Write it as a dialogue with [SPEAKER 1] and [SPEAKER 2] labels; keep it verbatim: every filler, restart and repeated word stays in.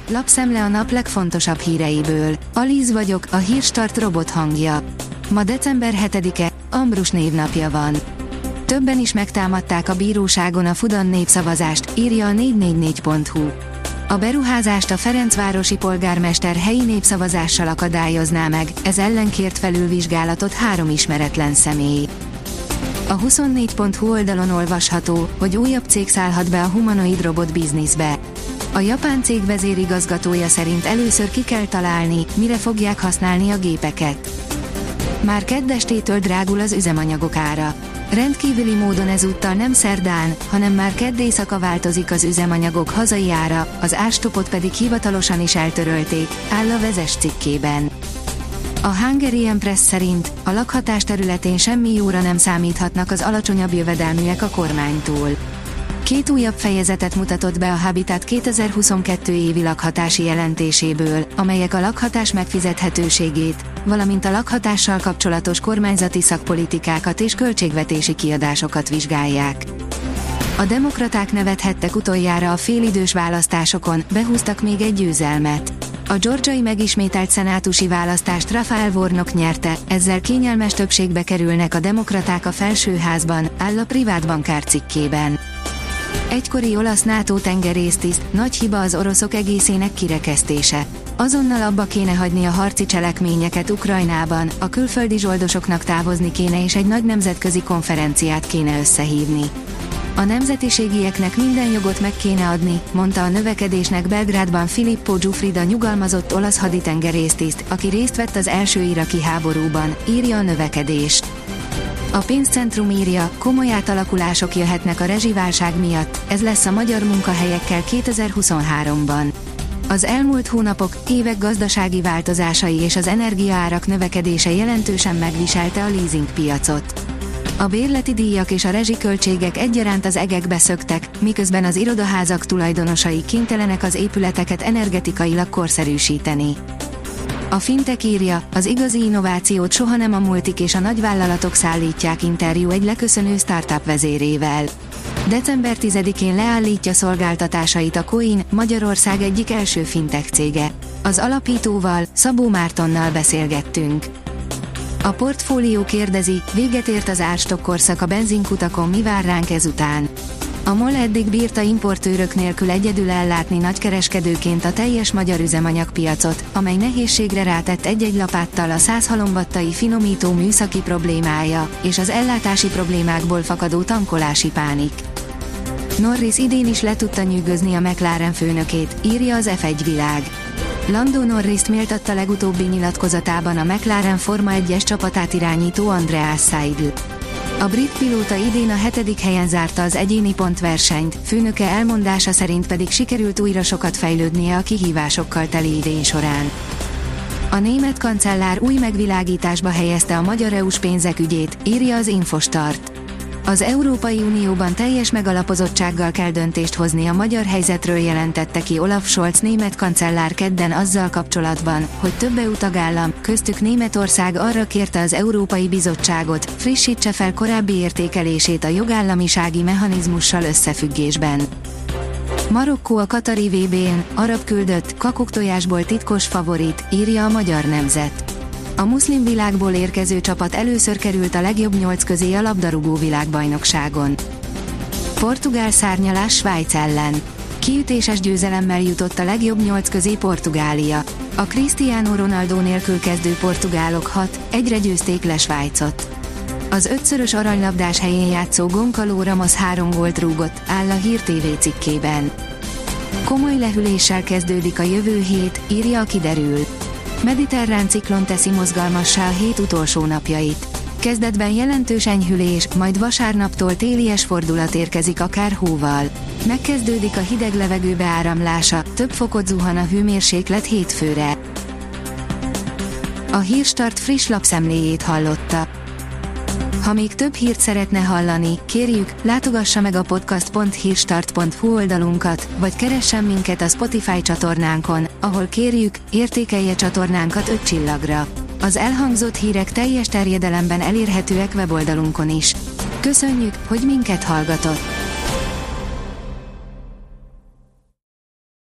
[SPEAKER 1] Lapszemle a nap legfontosabb híreiből. Alíz vagyok, a Hírstart robot hangja. Ma december hetedike, Ambrus névnapja van. Többen is megtámadták a bíróságon a Fudan népszavazást, írja a négy négy négy pont hu. A beruházást a Ferencvárosi polgármester helyi népszavazással akadályozná meg, ez ellen kért felülvizsgálatot három ismeretlen személy. A huszonnégy pont hu oldalon olvasható, hogy újabb cég szállhat be a humanoid robot bizniszbe. A japán cég vezérigazgatója szerint először ki kell találni, mire fogják használni a gépeket. Már keddestétől drágul az üzemanyagok ára. Rendkívüli módon ezúttal nem szerdán, hanem már kedd éjszaka változik az üzemanyagok hazai ára, az árstopot pedig hivatalosan is eltörölték, áll a Vezes cikkében. A Hungarian Press szerint a lakhatás területén semmi jóra nem számíthatnak az alacsonyabb jövedelműek a kormánytól. Két újabb fejezetet mutatott be a Habitat kétezer-huszonkettő évi lakhatási jelentéséből, amelyek a lakhatás megfizethetőségét, valamint a lakhatással kapcsolatos kormányzati szakpolitikákat és költségvetési kiadásokat vizsgálják. A demokraták nevethettek utoljára a félidős választásokon, behúztak még egy győzelmet. A georgiai megismételt szenátusi választást Raphael Warnock nyerte, ezzel kényelmes többségbe kerülnek a demokraták a felsőházban, áll a Privát Bankár cikkében. Egykori olasz NATO tengerésztiszt, nagy hiba az oroszok egészének kirekesztése. Azonnal abba kéne hagyni a harci cselekményeket Ukrajnában, a külföldi zsoldosoknak távozni kéne és egy nagy nemzetközi konferenciát kéne összehívni. A nemzetiségieknek minden jogot meg kéne adni, mondta a növekedésnek Belgrádban Filippo Giuffrida nyugalmazott olasz haditengerésztiszt, aki részt vett az első iraki háborúban, írja a Növekedés. A Pénzcentrum írja, komoly átalakulások jöhetnek a rezsiválság miatt, ez lesz a magyar munkahelyekkel kétezer-huszonháromban. Az elmúlt hónapok, évek gazdasági változásai és az energiaárak növekedése jelentősen megviselte a leasingpiacot. A bérleti díjak és a rezsiköltségek egyaránt az egekbe szöktek, miközben az irodaházak tulajdonosai kénytelenek az épületeket energetikailag korszerűsíteni. A Fintech írja, az igazi innovációt soha nem a multik és a nagyvállalatok szállítják, interjú egy leköszönő startup vezérével. december tizedikén leállítja szolgáltatásait a Coin, Magyarország egyik első fintech cége. Az alapítóval, Szabó Mártonnal beszélgettünk. A Portfólió kérdezi, véget ért az árstopp korszak a benzinkutakon, mi vár ránk ezután. A MOL eddig bírta importőrök nélkül egyedül ellátni nagykereskedőként a teljes magyar üzemanyagpiacot, amely nehézségre rátett egy-egy lapáttal a száz halombattai finomító műszaki problémája, és az ellátási problémákból fakadó tankolási pánik. Norris idén is le tudta nyűgözni a McLaren főnökét, írja az ef egy világ. Lando Norrist méltatta legutóbbi nyilatkozatában a McLaren Forma egyes csapatát irányító Andreas Seidl. A brit pilóta idén a hetedik helyen zárta az egyéni pontversenyt, főnöke elmondása szerint pedig sikerült újra sokat fejlődnie a kihívásokkal teli idén során. A német kancellár új megvilágításba helyezte a magyar é u-s pénzek ügyét, írja az Infostart. Az Európai Unióban teljes megalapozottsággal kell döntést hozni a magyar helyzetről, jelentette ki Olaf Scholz német kancellár kedden azzal kapcsolatban, hogy több é u tagállam, köztük Németország arra kérte az Európai Bizottságot, frissítse fel korábbi értékelését a jogállamisági mechanizmussal összefüggésben. Marokkó a katari vé bén, arab küldött, kakuktojásból titkos favorit, írja a Magyar Nemzet. A muszlim világból érkező csapat először került a legjobb nyolc közé a labdarúgó világbajnokságon. Portugál szárnyalás Svájc ellen. Kiütéses győzelemmel jutott a legjobb nyolc közé Portugália. A Cristiano Ronaldo nélkül kezdő portugálok hat egyre győzték le Svájcot. Az ötszörös aranylabdás helyén játszó Goncalo Ramos három gólt rúgott, áll a Hír té vé cikkében. Komoly lehűléssel kezdődik a jövő hét, írja a Kiderül. Mediterrán ciklon teszi mozgalmassá a hét utolsó napjait. Kezdetben jelentős enyhülés, majd vasárnaptól télies fordulat érkezik akár hóval. Megkezdődik a hideg levegő beáramlása, több fokot zuhan a hőmérséklet hétfőre. A Hírstart friss lapszemléjét hallotta. Ha még több hírt szeretne hallani, kérjük, látogassa meg a podcast pont hírstart pont hu oldalunkat, vagy keressen minket a Spotify csatornánkon, ahol kérjük, értékelje csatornánkat öt csillagra. Az elhangzott hírek teljes terjedelemben elérhetőek weboldalunkon is. Köszönjük, hogy minket hallgatott!